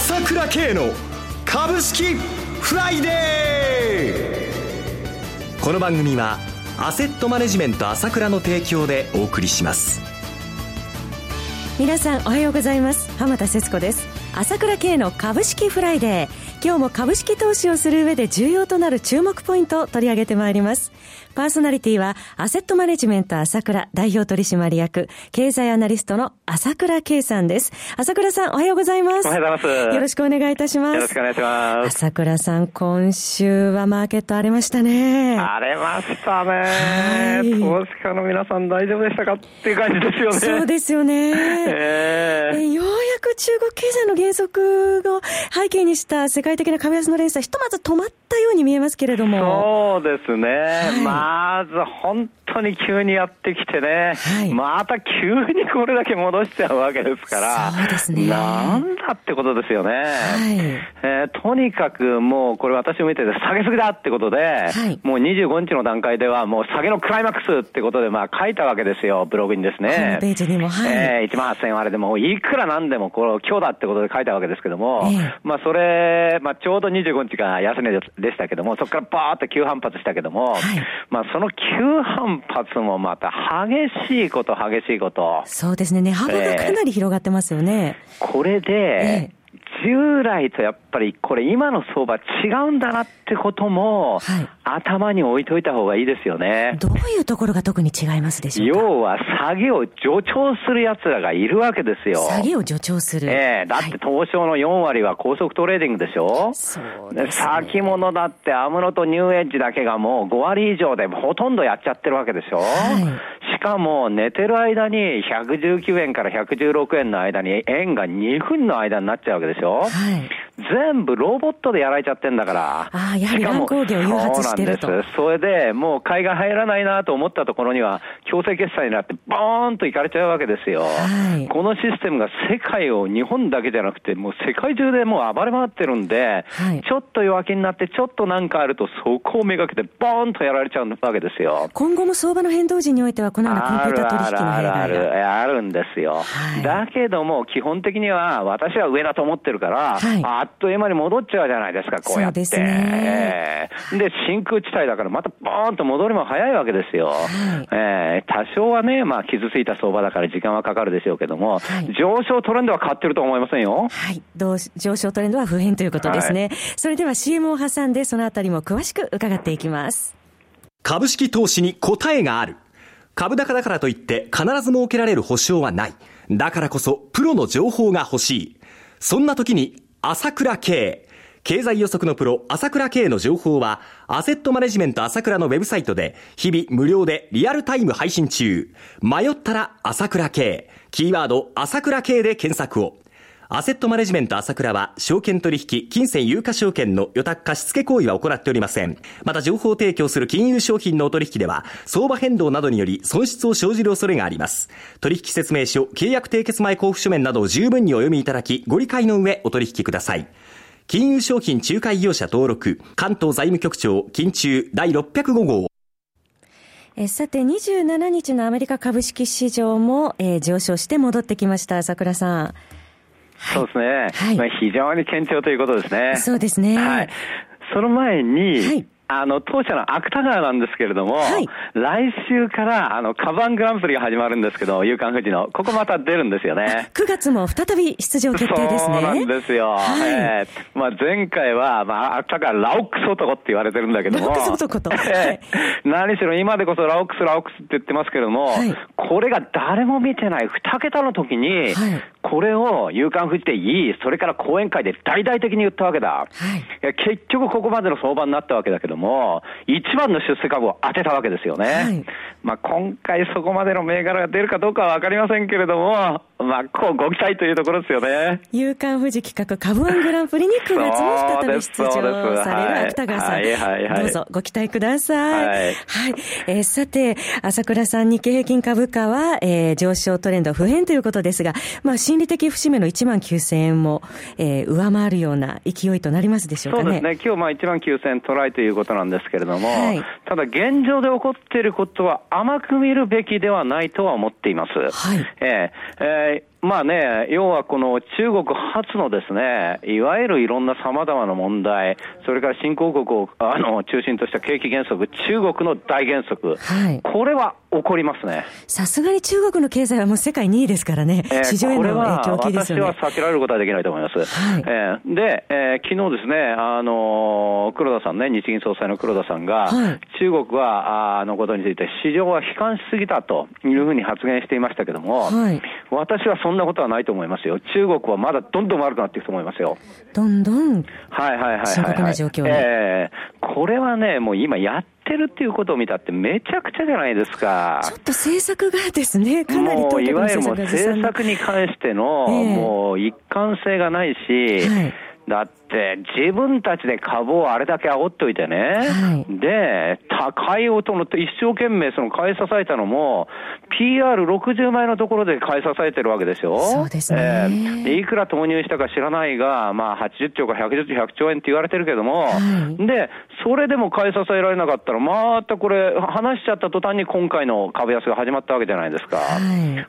朝倉慶の株式フライデー。この番組はアセットマネジメント朝倉の提供でお送りします。 皆さんおはようございます。浜田節子です。朝倉慶の株式フライデー。今日も株式投資をする上で重要となる注目ポイントを取り上げてまいります。パーソナリティはアセットマネジメント朝倉代表取締役経済アナリストの朝倉慶さんです。朝倉さんおはようございます。 おはようございます。 よろしくお願いいたします。 よろしくお願いします。 朝倉さん、今週はマーケット荒れましたね。 荒れましたね。投資家の皆さん大丈夫でしたかっていう感じですよね。 そうですよね。ようやく中国経済の減速を背景にした世界的な株安の連鎖、ひとまず止まったように見えますけれども。 そうですね。まず本当に急にやってきてね、また急にこれだけ戻しちゃうわけですから、 そうですね。 なんだってことですよね。とにかくもうこれ私も見てて下げすぎだってことで、もう25日の段階ではもう下げのクライマックスってことで書いたわけですよ、ブログにですね。 ホームページにも、 18,000割れでもいくらなんでもこれ今日だってことで書いたわけですけども、それ、ちょうど25日が安値でしたけども、そこからバーッと急反発したけども、その急反発もまた激しいこと。 そうですね。値幅がかなり広がってますよね。 これで、従来とやっぱりこれ今の相場違うんだなってことも、頭に置いといた方がいいですよね。 どういうところが特に違いますでしょうか。 要は下げを助長する奴らがいるわけですよ。 下げを助長する。 だって東証の4割は高速トレーディングでしょ。 そうですね。 先物だってアムロとニューエッジだけがもう5割以上でほとんどやっちゃってるわけでしょ。しかも寝てる間に119円から116円の間に円が2分の間になっちゃうわけでしょ。全部ロボットでやられちゃってんだから。 やはり乱高下を誘発してると。 そうなんです。それでもう買いが入らないなと思ったところには強制決済になってボーンといかれちゃうわけですよ。このシステムが世界を日本だけじゃなくてもう世界中でもう暴れ回ってるんで、ちょっと弱気になってちょっとなんかあるとそこをめがけてボーンとやられちゃうわけですよ。 今後も相場の変動時においてはこのようなコンピューター取引の弊害があるんですよ。だけども基本的には私は上だと思ってるから、あっという間に戻っちゃうじゃないですか、こうやって。そうですね。で、真空地帯だからまたボーンと戻りも早いわけですよ。多少はね、傷ついた相場だから時間はかかるでしょうけども、上昇トレンドは変わってると思いませんよ。 上昇トレンドは不変ということですね。それでは CM を挟んでそのあたりも詳しく伺っていきます。 株式投資に答えがある。株高だからといって必ず設けられる保証はない。だからこそプロの情報が欲しい。そんな時に朝倉慶。経済予測のプロ朝倉慶の情報はアセットマネジメント朝倉のウェブサイトで日々無料でリアルタイム配信中。迷ったら朝倉慶。キーワード朝倉慶で検索を。アセットマネジメント朝倉は証券取引、金銭有価証券の予託貸付行為は行っておりません。また情報提供する金融商品のお取引では相場変動などにより損失を生じる恐れがあります。取引説明書、契約締結前交付書面などを十分にお読みいただきご理解の上お取引ください。金融商品仲介業者登録関東財務局長金中第605号。 さて27日のアメリカ株式市場も、上昇して戻ってきました。朝倉さん。 そうですね。非常に堅調ということですね。 そうですね。 その前に、当社の芥川なんですけれども、来週からカバングランプリが始まるんですけど、夕刊富士のここまた出るんですよね。 9月も再び出場決定ですね。 そうなんですよ。前回は芥川ラオックス男って言われてるんだけども、 ラオックス男と、 何しろ今でこそラオックスって言ってますけれども、これが誰も見てない2桁の時に、これを夕刊富士でいい、それから講演会で大々的に言ったわけだ。結局ここまでの相場になったわけだけども、一番の出世株を当てたわけですよね。今回そこまでの銘柄が出るかどうかは分かりませんけれども、こうご期待というところですよね。 夕刊富士企画株ワングランプリに9月も再び出場される芥川さん、どうぞご期待ください。さて朝倉さん、日経平均株価は、上昇トレンド不変ということですが、心理的節目の 19,000 円も、上回るような勢いとなりますでしょうかね。 そうですね。今日19,000円トライということなんですけれども、ただ現状で起こっていることは甘く見るべきではないとは思っています。 まあね、要はこの中国発のですね、いわゆるいろんな様々な問題、それから新興国を中心とした景気減速、中国の大減速、はい、これは起こりますね。 さすがに中国の経済はもう世界2位ですからね、市場への影響大きいですよね。 これは私は避けられることはできないと思います。はい、で、昨日ですね、黒田さんね、日銀総裁の黒田さんが、はい、中国はのことについて市場は悲観しすぎたというふうに発言していましたけども、はい、私はそんなことはないと思いますよ。中国はまだどんどん悪くなっていくと思いますよ。 どんどん深刻な状況に。 これはね、もう今やってるっていうことを見たってめちゃくちゃじゃないですか。 ちょっと政策がですね、かなりもういわゆるもう政策に関しての、もう一貫性がないし、はい、だって自分たちで株をあれだけ煽っておいてね、はい、で高い音の一生懸命その買い支えたのも PR60 倍のところで買い支えてるわけですよ。 そうですね。 でいくら投入したか知らないが、まあ80兆か100兆円って言われてるけども、はい、でそれでも買い支えられなかったらまたこれ話しちゃった途端に今回の株安が始まったわけじゃないですか。はい、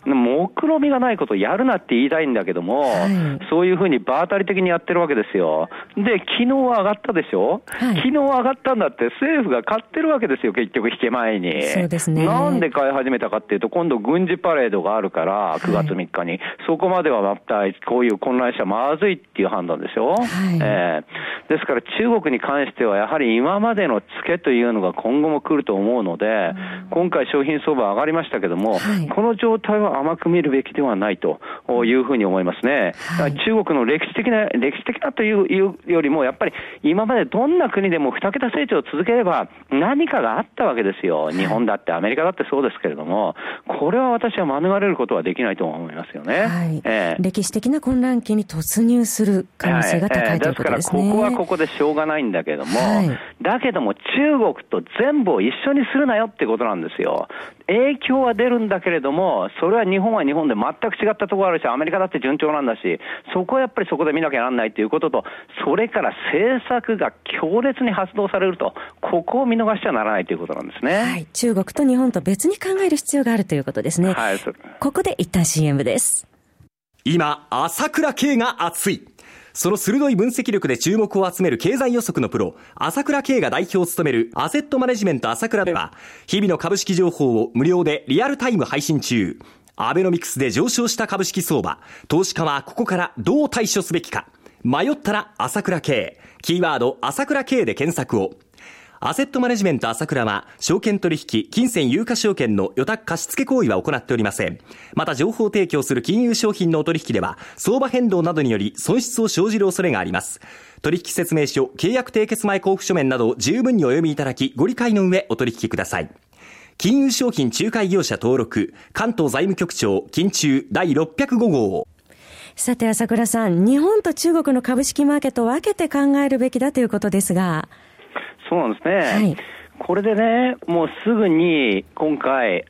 目論みがないことをやるなって言いたいんだけども、はい、そういうふうに場当たり的にやってるわけですよ。で昨日は上がったでしょ、はい、昨日上がったんだって政府が買ってるわけですよ。結局引け前に。 そうですね。 なんで買い始めたかっていうと今度軍事パレードがあるから9月3日に、はい、そこまではまたこういう混乱しちゃまずいっていう判断でしょ、はい、ですから中国に関してはやはり今までのツケというのが今後も来ると思うので、今回商品相場上がりましたけども、はい、この状態は甘く見るべきではないというふうに思いますね。はい、中国の歴史的なというよりもやっぱり今までどんな国でも2桁成長を続ければ何かがあったわけですよ。日本だってアメリカだってそうですけれども、これは私は免れることはできないと思いますよね。 はい、歴史的な混乱期に突入する可能性が高いということですね。 ですからここはここでしょうがないんだけども、はい、だけども中国と全部を一緒にするなよってことなんですよ。影響は出るんだけれども、それは日本は日本で全く違ったところがあるし、アメリカだって順調なんだし、そこはやっぱりそこで見なきゃなんないということと、それから政策が強烈に発動されると、ここを見逃しちゃならないということなんですね。 はい、中国と日本と別に考える必要があるということですね。はい、ここで一旦 CM です。 今、朝倉慶が熱い。その鋭い分析力で注目を集める経済予測のプロ、朝倉慶が代表を務めるアセットマネジメント朝倉では、日々の株式情報を無料でリアルタイム配信中。アベノミクスで上昇した株式相場、投資家はここからどう対処すべきか。迷ったら朝倉慶、キーワード朝倉慶で検索を。アセットマネジメント朝倉は証券取引、金銭有価証券の予託貸付行為は行っておりません。また情報提供する金融商品のお取引では相場変動などにより損失を生じる恐れがあります。取引説明書、契約締結前交付書面などを十分にお読みいただきご理解の上お取引ください。金融商品仲介業者登録、関東財務局長金中第605号。 さて朝倉さん、日本と中国の株式マーケットを分けて考えるべきだということですが。 そうなんですね。はい、これでね、もうすぐに今回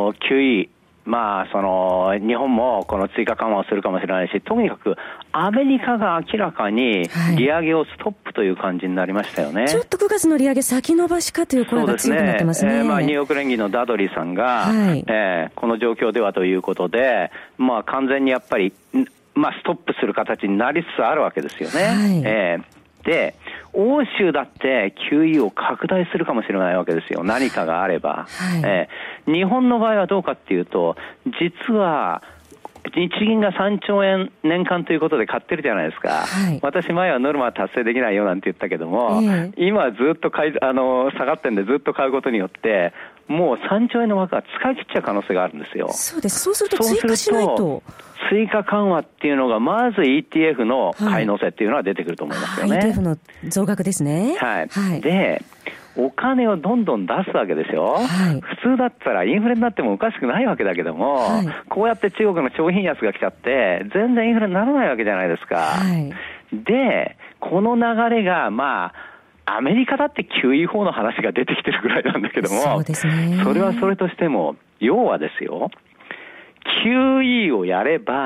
QE、まあ日本もこの追加緩和をするかもしれないし、とにかくアメリカが明らかに利上げをストップという感じになりましたよね。 ちょっと9月の利上げ先延ばしかという声が強くなってますね。 ニューヨーク連銀のダドリーさんが、はい、この状況ではということで、まあ完全にやっぱりストップする形になりつつあるわけですよね。はい、で欧州だって QE を拡大するかもしれないわけですよ。何かがあれば、はい、日本の場合はどうかっていうと、実は日銀が3兆円年間ということで買ってるじゃないですか。はい、私前はノルマは達成できないよなんて言ったけども、今はずっと下がってんでずっと買うことによってもう3兆円の枠は使い切っちゃう可能性があるんですよ。 そうです。そうすると追加しないと。 追加緩和っていうのがまず ETF の買い乗せっていうのは出てくると思いますよね。 ETF の増額ですね。 はい。はい、でお金をどんどん出すわけですよ。はい、普通だったらインフレになってもおかしくないわけだけども、はい、こうやって中国の商品安が来ちゃって全然インフレにならないわけじゃないですか。はい、でこの流れがアメリカだって QE 法の話が出てきてるぐらいなんだけども、 そうですね、 それはそれとしても要はですよ、QE をやれば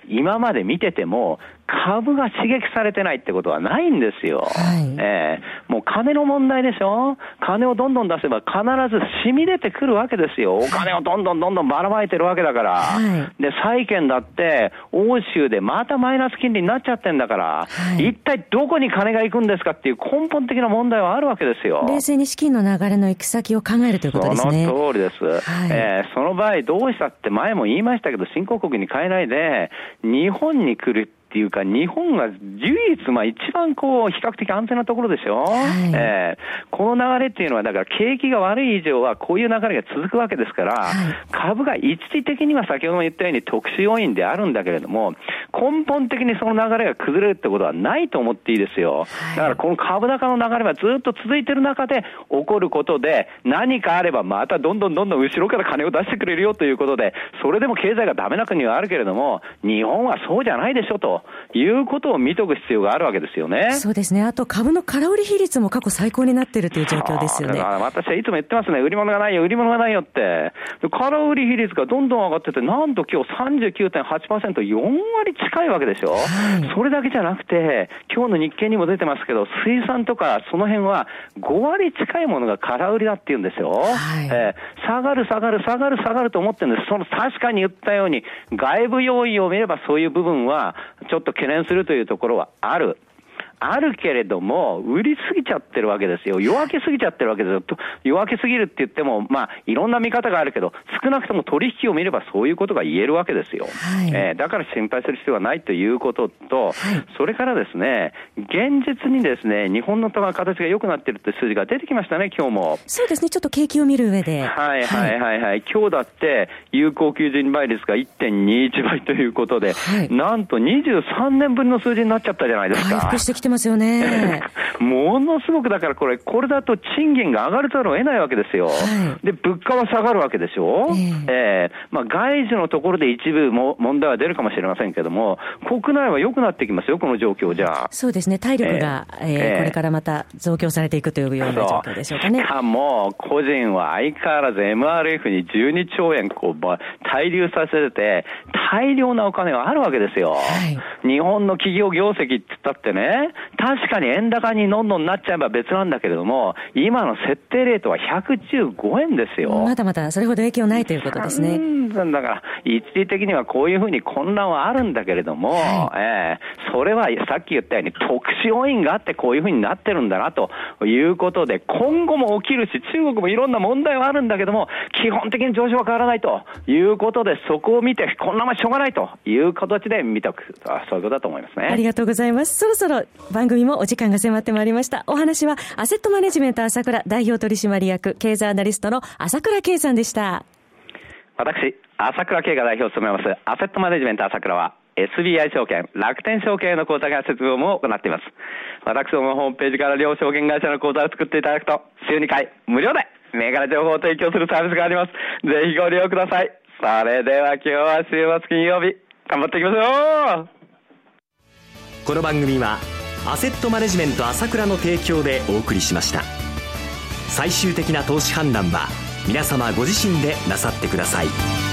今まで見てても株が刺激されてないってことはないんですよ。はい、もう金の問題でしょ。金をどんどん出せば必ず染み出てくるわけですよ。お金をどんどんばらまいてるわけだから、はい、で債券だって欧州でまたマイナス金利になっちゃってんだから、はい、一体どこに金が行くんですかっていう根本的な問題はあるわけですよ。 冷静に資金の流れの行く先を考えるということですね。 その通りです、はい、その場合どうしたって前も言いましたけど、新興国に変えないで日本に来るっていうか、日本が唯一、一番比較的安全なところでしょ、はい、この流れっていうのはだから景気が悪い以上はこういう流れが続くわけですから、はい、株が一時的には先ほども言ったように特殊要因であるんだけれども、根本的にその流れが崩れるってことはないと思っていいですよ。だからこの株高の流れはずっと続いている中で起こることで、何かあればまたどんどん後ろから金を出してくれるよということで、それでも経済がダメな国はあるけれども、日本はそうじゃないでしょということを見とく必要があるわけですよね。 そうですね。あと株の空売り比率も過去最高になっているという状況ですよね。 だから私はいつも言ってますね、売り物がないよ売り物がないよって。空売り比率がどんどん上がってて、なんと今日 39.8%、 4割近いわけでしょ、はい、それだけじゃなくて今日の日経にも出てますけど、水産とかその辺は5割近いものが空売りだっていうんですよ、はい、下がると思ってるんです。その確かに言ったように外部要因を見ればそういう部分はちょっと懸念するというところはあるけれども、売りすぎちゃってるわけですよ。弱気すぎちゃってるわけですよ。弱気すぎるって言っても、いろんな見方があるけど、少なくとも取引を見ればそういうことが言えるわけですよ。はい、だから心配する必要はないということと、はい、それからですね、現実にですね、日本の形が良くなってるって数字が出てきましたね、今日も。 そうですね、ちょっと景気を見る上で。 はい。今日だって有効求人倍率が 1.21 倍ということで、はい、なんと23年分の数字になっちゃったじゃないですか。 回復してきてますよね。 ものすごくだからこれだと賃金が上がるとは得ないわけですよ。はい、で物価は下がるわけでしょ。外需のところで一部も問題は出るかもしれませんけども、国内は良くなってきますよ、この状況じゃ。 そうですね、体力が、これからまた増強されていくというような状況でしょうかね。 しかも個人は相変わらず MRF に12兆円滞留させて大量なお金があるわけですよ。はい、日本の企業業績って言ったってね、確かに円高にどんどんなっちゃえば別なんだけれども、今の設定レートは115円ですよ。 まだそれほど影響ないということですね。 だから一時的にはこういうふうに混乱はあるんだけれども、はい、それはさっき言ったように特殊要因があってこういうふうになってるんだなということで、今後も起きるし中国もいろんな問題はあるんだけども、基本的に上昇は変わらないということで、そこを見て混乱はしょうがないという形で見ておく、そういうことだと思いますね。 ありがとうございます。そろそろ番組もお時間が迫ってまいりました。お話はアセットマネジメント朝倉代表取締役経済アナリストの朝倉圭さんでした。 私朝倉圭が代表を務めますアセットマネジメント朝倉は SBI 証券、楽天証券の口座開設業務を行っています。私どものホームページから両証券会社の口座を作っていただくと週2回無料で銘柄情報を提供するサービスがあります。ぜひご利用ください。それでは今日は週末金曜日頑張っていきましょう。 この番組はアセットマネジメント朝倉の提供でお送りしました。最終的な投資判断は皆様ご自身でなさってください。